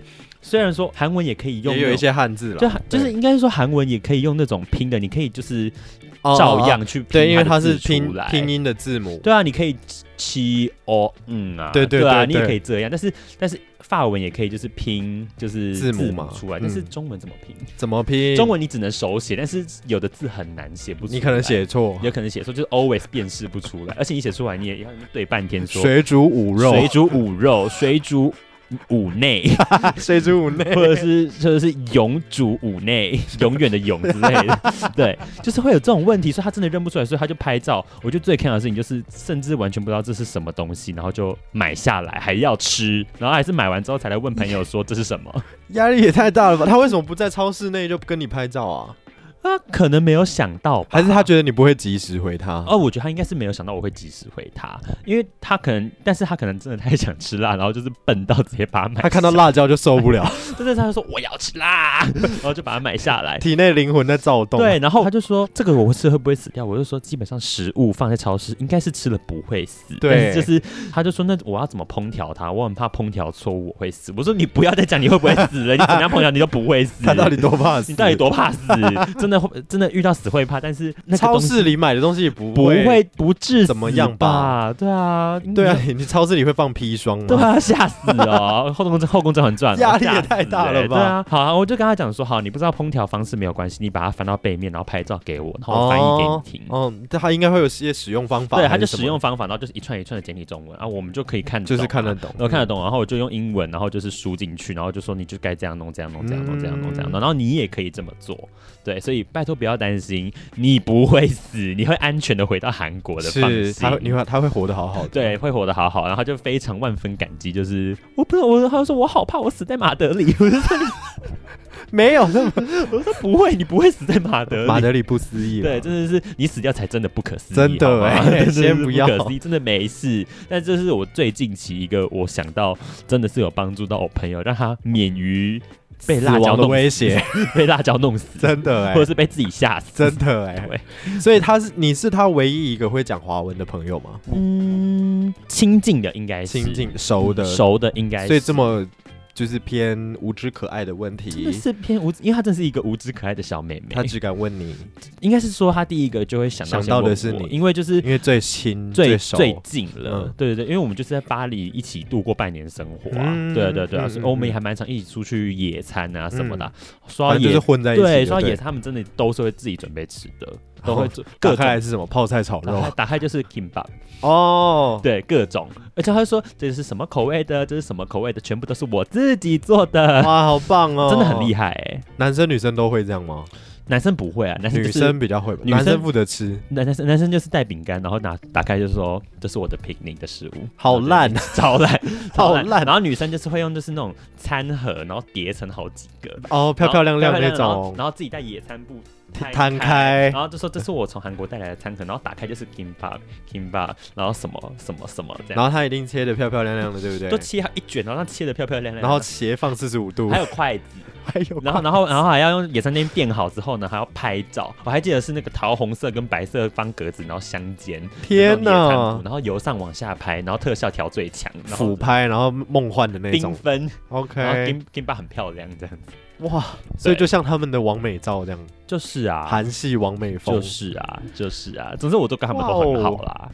虽然说韩文也可以用， 也有一些汉字了， 就就是应该说韩文也可以用那种拼的，你可以就是照样去拼， 对，因为它是拼拼音的字母， 对啊，你可以七哦嗯啊， 对对 对, 对, 对啊， 对， 你也可以这样，但是但是法文也可以就是拼就是字母嘛出来，但是中文怎么拼？ 怎么拼？ 中文你只能手写，但是有的字很难写不出来， 你可能写错， 有可能写错，就是 always 辨识不出来，而且你写出来你也要对半天说水煮五肉， 水煮五肉，水煮五内， 水煮五内， 或者是或者是永煮五内，永远的永之类的，对，就是会有这种问题，所以他真的认不出来，所以他就拍照。我觉得最看的事情就是，甚至完全不知道这是什么东西，然后就买下来，还要吃，然后还是买完之后才来问朋友说这是什么， 压力也太大了吧？他为什么不在超市内就跟你拍照啊？ 他可能没有想到吧， 还是他觉得你不会及时回他？ 哦，我觉得他应该是没有想到我会及时回他，因为他可能，但是他可能真的太想吃辣，然后就是笨到直接把它买下来。 他看到辣椒就受不了， 真的他就说我要吃辣，然后就把它买下来。 体内灵魂在躁动。 对，然后他就说这个我会吃会不会死掉？我就说基本上食物放在超市应该是吃了不会死， 对， 但是就是他就说那我要怎么烹调它？我很怕烹调错误我会死。我说你不要再讲你会不会死了，你怎么样烹调你都不会死。 他到底多怕死？ 你到底多怕死？真的真的遇到死会怕，但是那超市里买的东西也不不会不致死怎么样吧？ 对啊， 对啊，你超市里会放砒霜吗？ 对啊，吓死哦！后宫后宫甄嬛传压力也太大了吧？ 对啊，好啊，我就跟他讲说，好，你不知道烹调方式没有关系，你把它翻到背面，然后拍照给我，然后我翻译给你听。 哦，他应该会有些使用方法， 对，他就使用方法，然后就是一串一串的简体中文啊，我们就可以看， 就是看得懂， 然后看得懂，然后我就用英文，然后就是输进去，然后就说你就该这样弄，这样弄，这样弄，这样弄，这样弄，然后你也可以这么做。对，所以拜托不要担心，你不会死，你会安全的回到韩国的，放心。 他会，你会，他会活得好好的， 对，会活得好好，然后他就非常万分感激，就是我不知道，我他说我好怕我死在马德里，我就说没有， 我说不会，你不会死在马德里， 马德里不思议， 对，真的是你死掉才真的不可思议， 真的哎，先不要， 不可思议，真的没事。但这是我最近期一个我想到真的是有帮助到我朋友，让他免于被辣椒的威胁， 被辣椒弄死， 真的哎、欸， 或者是被自己吓死， 真的哎、欸。所以他是你是他唯一一个会讲华文的朋友吗？ 嗯，亲近的应该是， 亲近熟的熟的应该是， 所以这么。就是偏无知可爱的问题， 真的是偏无知，因为她真是一个无知可爱的小妹妹。 她只敢问你， 应该是说她第一个就会想到想到的是你， 因为就是因为最亲、 最最熟、 最近了。 嗯、 对对对，因为我们就是在巴黎一起度过半年生活啊， 嗯、 对对对啊，所以我们也还蛮常一起出去野餐啊什么的。嗯、说到野就是混在一起， 对，说到野餐，他们真的都是会自己准备吃的。都会做， 打开来是什么？泡菜炒肉。 打开, 打开就是 kimbap 哦， 对，各种，而且他会说这是什么口味的，这是什么口味的，全部都是我自己做的。 哇，好棒哦， 真的很厉害哎、欸。 男生女生都会这样吗？ 男生不会啊，男生、就是、 女生比较会吧，男生负责吃， 男生男生就是带饼干，然后拿打开就是说这是我的 picnic 的食物， 好烂， 超烂， 好烂。 然后女生就是会用就是那种餐盒，然后叠成好几个， 哦，漂漂亮亮那种， 然后, 然后自己带野餐布摊开， 然后就说这是我从韩国带来的餐盒，然后打开就是 kimbap kimbap， 然后什么什么什么这样， 然后他一定切的漂漂亮亮的，对不对？ 都切好一卷，然后他切的漂漂亮亮， 然后斜放四十五度， 还有筷子。 还有， 然后，然后，然后还要用野餐垫垫好之后呢，还要拍照。我还记得是那个桃红色跟白色方格子，然后相间。 天哪！ 然后由上往下拍，然后特效调最强， 俯拍，然后梦幻的那种缤纷。 OK， 然后 Kim Kimba 很漂亮这样子。 哇，所以就像他们的完美照这样。 就是啊， 韩系完美风。 就是啊，就是啊。总之我都跟他们都很好啦。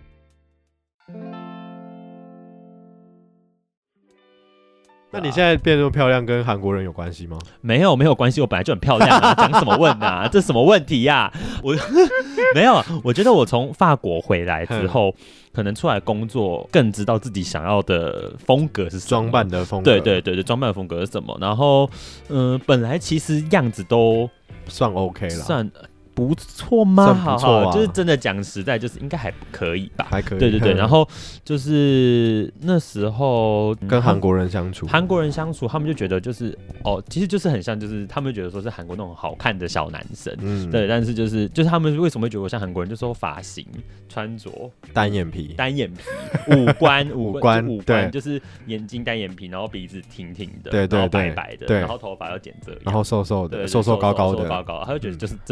那你现在变这么漂亮，跟韩国人有关系吗？ 没有，没有关系，我本来就很漂亮啊，讲什么问啊？这是什么问题呀、啊？我没有，我觉得我从法国回来之后，可能出来工作，更知道自己想要的风格是什么， 装扮的风格， 对对对对，装扮的风格是什么？然后，嗯、呃，本来其实样子都算 OK 了， 算。不错吗？ 算不错啊， 好好就是真的讲实在，就是应该还可以吧， 还可以。 对对对，然后就是那时候跟韩国人相处， 韩国人相处，他们就觉得就是哦，其实就是很像，就是他们觉得说是韩国那种好看的小男生，嗯，对，但是就是就是他们为什么会觉得我像韩国人，就说发型、穿着、 单眼皮、 单眼皮、五官、 五官、 五官，就是眼睛单眼皮，然后鼻子挺挺的， 对对对， 白白的，然后头发要剪这样， 然后瘦瘦的，瘦瘦高高的， 瘦高高，他就觉得就是真的是韩国。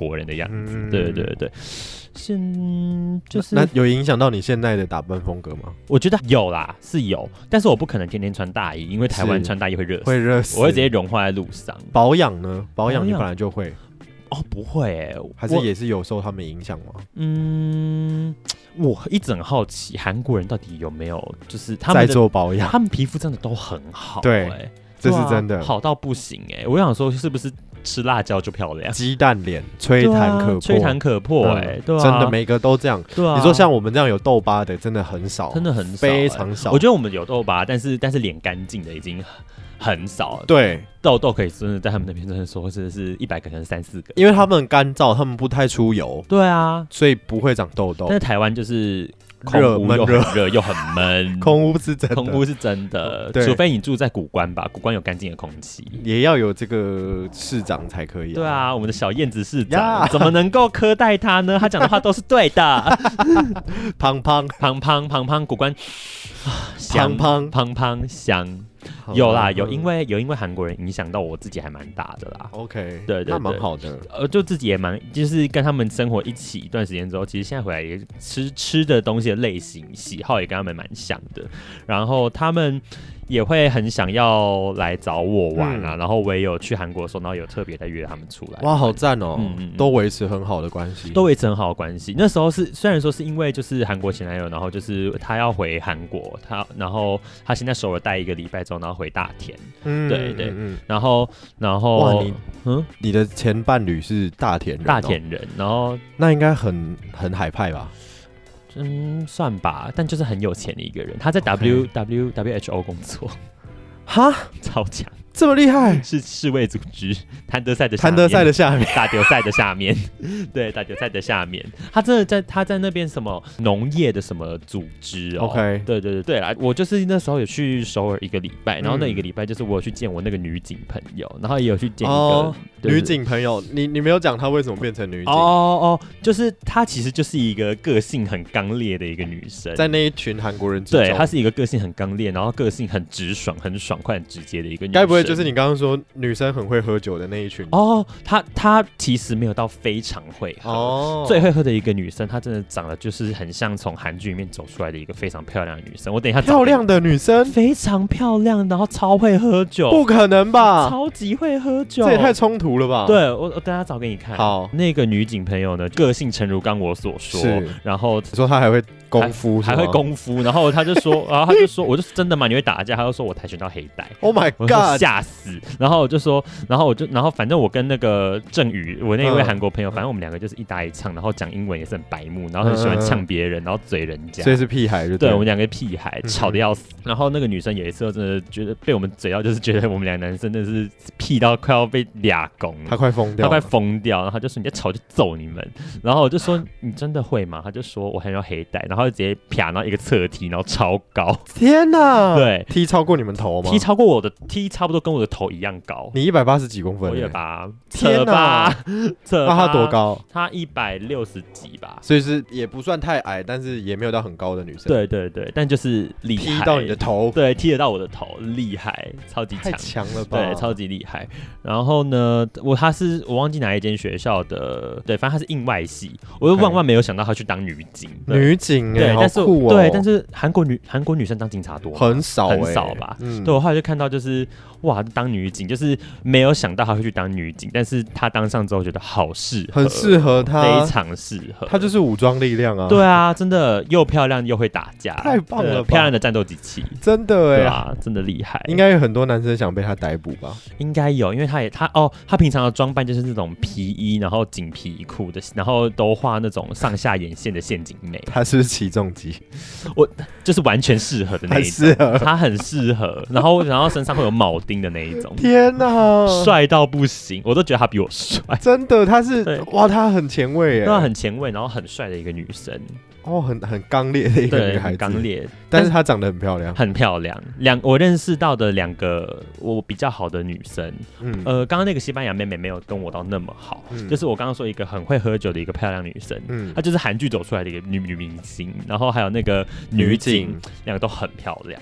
国人的样子。 嗯、 对对对，现就是那有影响到你现在的打扮风格吗？ 我觉得有啦，是有，但是我不可能天天穿大衣，因为台湾穿大衣会热死， 会热死， 我会直接融化在路上。 保养呢？保养你本来就会。 哦，不会欸， 还是也是有受他们影响吗？ 嗯，我一直很好奇，韩国人到底有没有就是他们在做保养？ 他们皮肤真的都很好， 对， 欸， 这是真的， 啊，好到不行哎，欸！我想说，是不是吃辣椒就漂亮？ 鸡蛋脸，吹弹可破， 吹弹可破哎，欸嗯，对啊， 真的每个都这样。 对啊， 你说像我们这样有痘疤的，真的很少， 真的很少， 非常少。 我觉得我们有痘疤，但是但是脸干净的已经很少了。 对， 痘痘可以真的在他们那边真的说真的是一百个可能三四个， 因为他们干燥，他们不太出油。 对啊， 所以不会长痘痘。 但是台湾就是空屋又很热又很闷， 空屋是真的， 空屋是真的，除非你住在古关吧，古关有干净的空气， 也要有这个市长才可以，啊。 对啊，我们的小燕子市长怎么能够苛待他呢？他讲的话都是对的。 胖胖胖胖胖胖古关， 胖胖胖胖香。有啦，有因为有因为韩国人影响到我自己还蛮大的啦。 OK， 对 对, 对， 那蛮好的。 呃，就自己也蛮，就是跟他们生活一起一段时间之后，其实现在回来也吃吃的东西的类型、喜好也跟他们蛮像的。然后他们也会很想要来找我玩啊，嗯、然后我也有去韩国的时候，然后有特别在约他们出来。 哇，好赞哦！嗯嗯， 都维持很好的关系， 都维持很好的关系。那时候是虽然说是因为就是韩国前男友，然后就是他要回韩国，他然后他先在首尔待一个礼拜之后，然后回大田。嗯，对对，嗯，然后然后哇，你嗯，你的前伴侣是大田人，哦， 大田人，然后那应该很很海派吧？ 嗯，算吧，但就是很有钱的一个人，他在 W、okay. W W H O 工作， 哈， 超强。 这么厉害， 是世卫组织谭德赛的谭德赛的下面， 打球赛的下面，对，打球赛的下面，他真的在他在那边什么农业的什么组织哦 ，OK， 对对对对啦，我就是那时候有去首尔一个礼拜，然后那一个礼拜就是我有去见我那个女警朋友，然后也有去见一个、哦、 女警朋友，你你没有讲她为什么变成女警？ 哦哦，就是她其实就是一个个性很刚烈的一个女生， 在那一群韩国人之中， 对，她是一个个性很刚烈，然后个性很直爽、很爽快、很直接的一个女生， 该不会就是你刚刚说女生很会喝酒的那一群？ 哦，她她其实没有到非常会喝，哦，最会喝的一个女生，她真的长得就是很像从韩剧里面走出来的一个非常漂亮的女生。我等一下， 漂亮的女生， 非常漂亮，然后超会喝酒， 不可能吧？ 超级会喝酒， 这也太冲突了吧？ 对，我我等一下找给你看。 好， 那个女警朋友呢，个性诚如刚我所说，是，然后你说她还会功夫， 还会功夫，然后她就说，然后她就说，我就真的吗？你会打架？她就说我跆拳道黑带。 Oh my god！ 吓死！然后我就说，然后我就，然后反正我跟那个郑宇，我那一位韩国朋友，嗯、反正我们两个就是一搭一唱，然后讲英文也是很白目，然后很喜欢呛别人，然后嘴人家， 所以是屁孩就对， 对我们两个屁孩，吵得要死。嗯、然后那个女生有一次真的觉得被我们嘴到，就是觉得我们两个男生真的是屁到快要被俩拱， 他快疯掉， 他快疯掉，然后他就说你在吵就揍你们，然后我就说你真的会吗？他就说我还要黑带，然后就直接啪，然后一个侧踢，然后超高， 天哪！ 对， 踢超过你们头吗？ 踢超过我的，踢差不多跟我的头一样高。 你一百八十几公分， 我一百八，天哪！ 那他多高？ 他一百六十几吧， 所以是也不算太矮，但是也没有到很高的女生。 对对对，但就是厉害， 踢到你的头， 对，踢得到我的头，厉害，超级强， 太强了吧？ 对，超级厉害。然后呢，我他是我忘记哪一间学校的，对，反正他是应外系，我就万万没有想到他去当女警， 女警哎， 但是好酷哦。 对，但是韩国女韩国女生当警察多很少， 很少吧？嗯，对我后来就看到就是哇，当女警就是没有想到她会去当女警，但是她当上之后觉得好适合， 很适合她， 非常适合。 她就是武装力量啊！ 对啊，真的又漂亮又会打架， 太棒了吧！ 漂亮的战斗机器， 真的哎， 对啊，真的厉害。 应该有很多男生想被她逮捕吧？ 应该有，因为她也她哦，她平常的装扮就是那种皮衣，然后紧皮裤的，然后都画那种上下眼线的陷阱妹。 她是不是起重机？ 我就是完全适合的那一种， 很适合， 她很适合，然后然后身上会有铆钉的那一种。 天哪， 帅到不行，我都觉得她比我帅。 真的，她是哇，她很前卫耶， 对，很前卫，然后很帅的一个女生。 哦，很很刚烈的一个女孩子， 刚烈， 但是她长得很漂亮， 很漂亮。两我认识到的两个我比较好的女生，嗯，呃，刚刚那个西班牙妹妹没有跟我到那么好，嗯、就是我刚刚说一个很会喝酒的一个漂亮女生，嗯，她就是韩剧走出来的一个女女明星，然后还有那个女警，两个都很漂亮。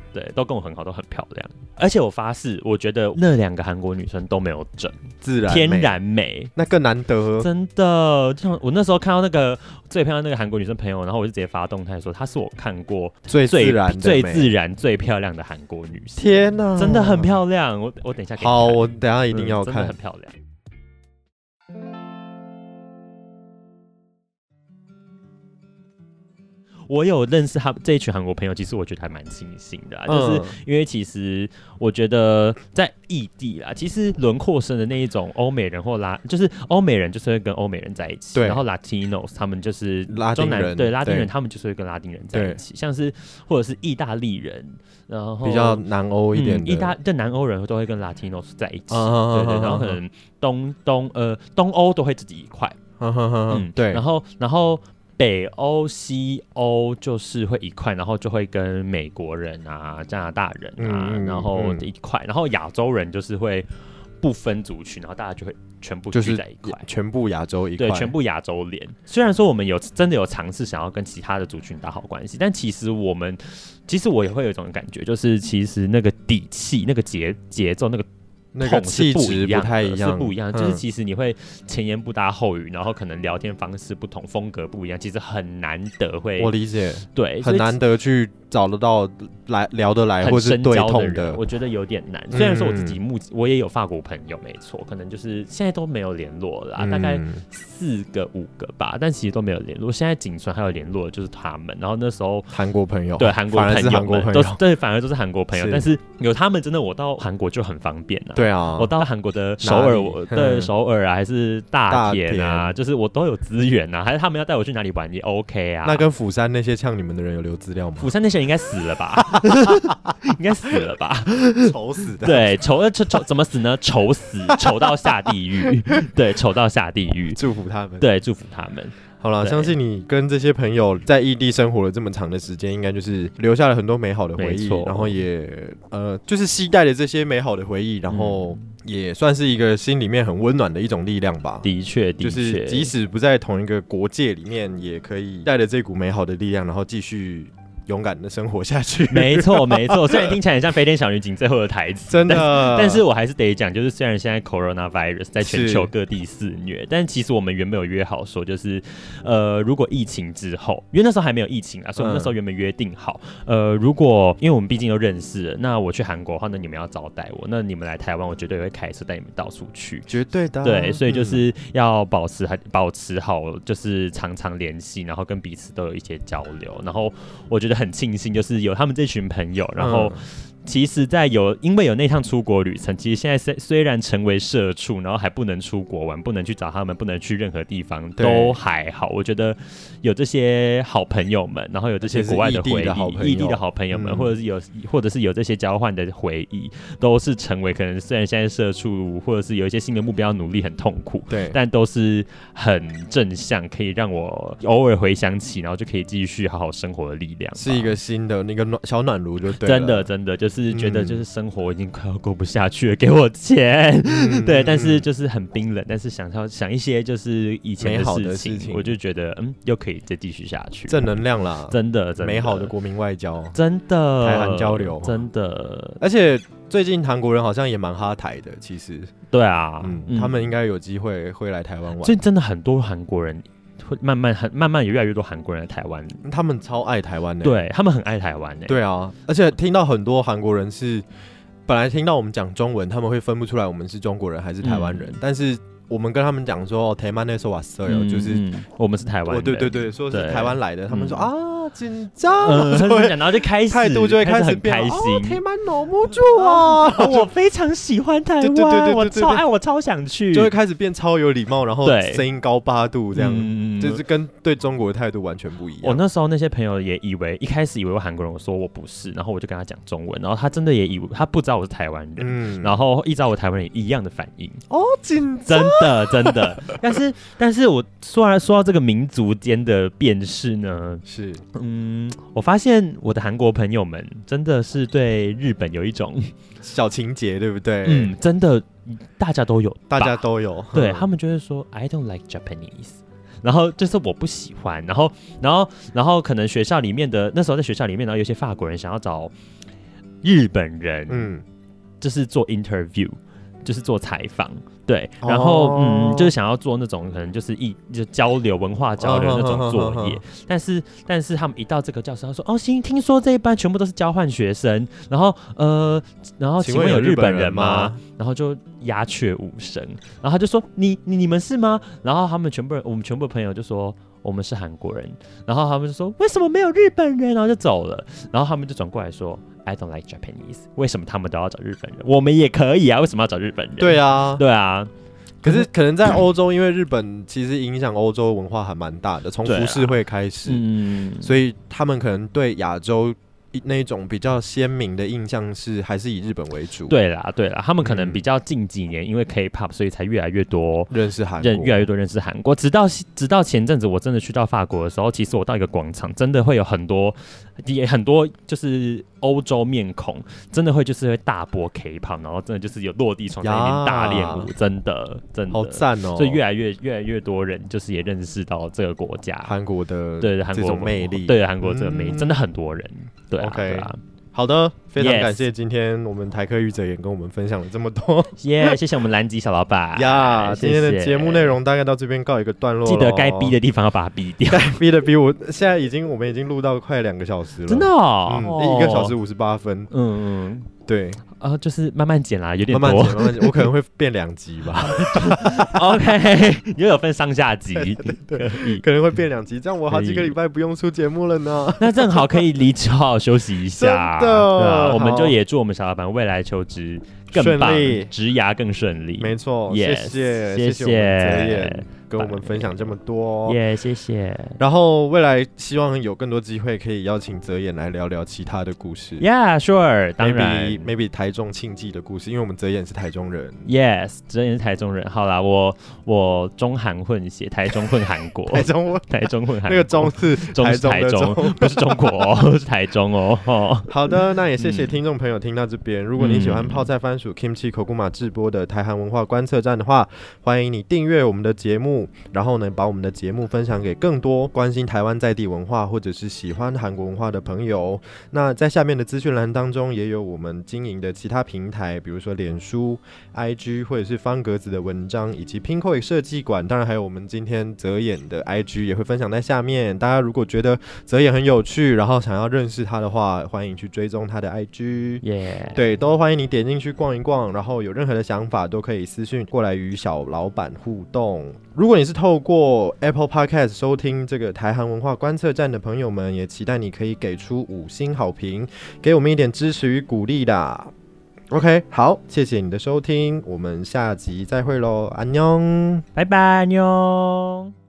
对，都跟我很好，都很漂亮。而且我发誓，我觉得那两个韩国女生都没有整， 自然天然美， 那更难得。 真的，就像我那时候看到那个最漂亮那个韩国女生朋友，然后我就直接发动态说，她是我看过最自然的最自然、最漂亮的韩国女生。 天哪， 真的很漂亮。我我等一下给你看。 好，我等一下一定要看， 嗯、真的很漂亮。我有认识他这一群韩国朋友，其实我觉得还蛮庆幸的、啊嗯，就是因为其实我觉得在异地啦，其实轮廓深的那一种欧美人或拉，就是欧美人就是会跟欧美人在一起，然后 Latinos 他们就是拉丁人， 对拉丁人他们就是会跟拉丁人在一起，像是或者是意大利人，然后比较南欧一点的， 意、嗯、大就南欧人都会跟 Latinos 在一起，啊、对对，然后可能东东呃东欧都会自己一块， 啊、嗯，对， 然后然后。北欧、西欧就是会一块，然后就会跟美国人啊、加拿大人啊，嗯、然后一块，嗯、然后亚洲人就是会不分族群，然后大家就会全部聚在一块， 就是、全部亚洲一块， 对，全部亚洲联。虽然说我们有真的有尝试想要跟其他的族群打好关系，但其实我们，其实我也会有一种感觉，就是其实那个底气、那个节节奏、那个。 那个气质不太一样， 是不一样。嗯、就是其实你会前言不搭后语，然后可能聊天方式不同，风格不一样，其实很难得会。 我理解， 对， 很难得去找得到来聊得来或是对痛 的, 的，我觉得有点难。虽然说我自己目、嗯、我也有法国朋友，没错，可能就是现在都没有联络了啦、嗯，大概四个五个吧，但其实都没有联络。现在仅存还有联络的就是他们。然后那时候韩国朋友， 对韩国朋友们都对，反而都是韩国朋友。 是但是有他们，真的我到韩国就很方便啊。 对啊， 我到韩国的首尔，我对首尔啊，还是大田啊，就是我都有资源啊，还是他们要带我去哪里玩也 OK 啊。 那跟釜山那些呛你们的人有留资料吗？ 釜山那些人应该死了吧？应该死了吧？ 丑死的。 对，丑丑丑怎么死呢？丑死，丑到下地狱。对，丑到下地狱。 祝福他们。 对，祝福他们。 好了，相信你跟这些朋友在异地生活了这么长的时间，应该就是留下了很多美好的回忆，然后也呃，就是期待了这些美好的回忆，然后也算是一个心里面很温暖的一种力量吧。 的确，的确， 就是即使不在同一个国界里面，也可以带着这股美好的力量，然后继续勇敢的生活下去。 没错没错，虽然听起来很像飞天小女警最后的台词， 真的， 但是，但是我还是得讲，就是虽然现在 coronavirus 在全球各地肆虐，但其实我们原本有约好说，就是呃，如果疫情之后，因为那时候还没有疫情啊，所以我们那时候原本约定好，呃，如果因为我们毕竟都认识了，那我去韩国的话，那你们要招待我，那你们来台湾，我绝对会开车带你们到处去， 绝对的。 对，所以就是要保持还保持好，就是常常联系，然后跟彼此都有一些交流，然后我觉得很庆幸，就是有他们这群朋友，然后。嗯其实，在有因为有那趟出国旅程，其实现在虽然成为社畜，然后还不能出国玩，不能去找他们，不能去任何地方，都还好。我觉得有这些好朋友们，然后有这些国外的回忆，异地的好朋友们，嗯、或者是有，或者是有这些交换的回忆，都是成为可能虽然现在社畜，或者是有一些新的目标努力很痛苦， 对， 但都是很正向，可以让我偶尔回想起，然后就可以继续好好生活的力量。 是一个新的那个暖小暖炉，就对了， 真的真的就是。是觉得就是生活已经快要过不下去了，给我钱，嗯、对，但是就是很冰冷，但是想要想一些就是以前的事情， 美好的事情我就觉得嗯，又可以再继续下去， 正能量啦， 真的，真的美好的国民外交， 真的台韩交流， 真的， 而且最近韩国人好像也蛮哈台的，其实， 对啊， 嗯，嗯他们应该有机会会来台湾玩， 所以真的很多韩国人。会慢慢很慢慢有越来越多韩国人来台湾， 他们超爱台湾的、 欸，对他们很爱台湾的、欸， 对啊，而且听到很多韩国人是本来听到我们讲中文，他们会分不出来我们是中国人还是台湾人、嗯，但是我们跟他们讲说，哦，台湾那时候哇塞，就是我们是台湾人， 对对对，说是台湾来的，他们说、嗯、啊紧张， 嗯、然后就开始态度就会开始很开心， 哦、台湾老不住啊、 哦，我非常喜欢台湾，对对对对对我超爱，我超想去， 就会开始变超有礼貌，然后声音高八度这样、嗯，就是跟对中国的态度完全不一样。 我那时候那些朋友也以为一开始以为我韩国人，我说我不是，然后我就跟他讲中文，然后他真的也以为他不知道我是台湾人，嗯、然后依照我台湾人一样的反应， 哦，紧张， 真的真的。但是，但是我说说到这个民族间的辨识呢， 是， 嗯，我发现我的韩国朋友们真的是对日本有一种小情节，对不对？ 嗯，真的，大家都有， 大家都有， 对、嗯、他们就会说 I don't like Japanese， 然后就是我不喜欢，然后，然后，然后可能学校里面的那时候在学校里面，然后有些法国人想要找。 日本人， 嗯， 就是做 interview， 就是做采访。对，然后、哦、嗯，就是想要做那种可能就是一就交流文化交流那种作业，哦、但是但是他们一到这个教室，他说哦行，听说这一班全部都是交换学生，然后呃，然后请问有日本人吗？然后就鸦雀无声，然后他就说你你你们是吗？然后他们全部人，我们全部的朋友就说我们是韩国人，然后他们就说为什么没有日本人？然后就走了，然后他们就转过来说 I don't like Japanese， 为什么他们都要找日本人？我们也可以啊，为什么要找日本人？ 对啊， 对啊。 可是可能在欧洲，因为日本其实影响欧洲文化还蛮大的，从浮世绘开始，嗯，所以他们可能对亚洲那种比较鲜明的印象是还是以日本为主。 对啦，对啦，他们可能比较近几年、嗯、因为 K-pop， 所以才越来越多认识韩国， 越来越多认识韩国。直到直到前阵子我真的去到法国的时候，其实我到一个广场，真的会有很多也很多就是欧洲面孔，真的会就是会大播 K-pop， 然后真的就是有落地窗在那边大练舞，真的真的好赞哦！ 所以越来越越来越多人就是也认识到这个国家韩国的对韩国这种魅力， 对韩国这个魅力、嗯、真的很多人。对啊 ，OK， 对啊， 好的，非常感谢今天我们台客玉泽也跟我们分享了这么多， 耶、yeah, ！谢谢我们蓝吉小老板呀。今天的节目内容大概到这边告一个段落， 记得该逼的地方要把它逼掉， 该逼的逼我。现在已经我们已经录到快两个小时了， 真的、哦嗯哦，一个小时五十八分，嗯嗯，对。 啊、呃，就是慢慢剪啦，有点多， 慢慢剪，慢慢剪，我可能会变两集吧。 OK， 又有分上下集，对对对，可能会变两集，这样我好几个礼拜不用出节目了呢。 那正好可以离职，好好休息一下。 真的， 对啊，我们就也祝我们小老板未来求职更棒，职涯更顺利。 没错， yes, 谢谢， 谢谢谢我们泽演跟我们分享这么多， 耶、yeah, 谢谢。 然后未来希望有更多机会可以邀请泽演来聊聊其他的故事。 Yeah, sure， 当然 ，maybe maybe 台中庆忌的故事，因为我们泽演是台中人。 Yes， 泽演是台中人。好啦，我我中韩混血，台中混韩国， 台中台中混韩国， 那个中是台中的中，不是中国哦，是台中哦。哦好的，那也谢谢听众朋友听到这边。嗯、如果你喜欢泡菜番薯 Kimchi Kokuma 制播的台韩文化观测站的话，欢迎你订阅我们的节目，然后呢，把我们的节目分享给更多关心台湾在地文化或者是喜欢韩国文化的朋友。那在下面的资讯栏当中也有我们经营的其他平台，比如说脸书、I G 或者是方格子的文章，以及 Pinkoi 设计馆，当然还有我们今天泽演的 I G 也会分享在下面。大家如果觉得泽演很有趣，然后想要认识他的话，欢迎去追踪他的 I G， yeah. 对，都欢迎你点进去逛一逛，然后有任何的想法都可以私讯过来与小老板互动。如果你是透过 Apple Podcast 收听这个台韩文化观测站的朋友们，也期待你可以给出五星好评，给我们一点支持与鼓励啦。OK， 好，谢谢你的收听，我们下集再会咯，安妞， 拜拜，安妞。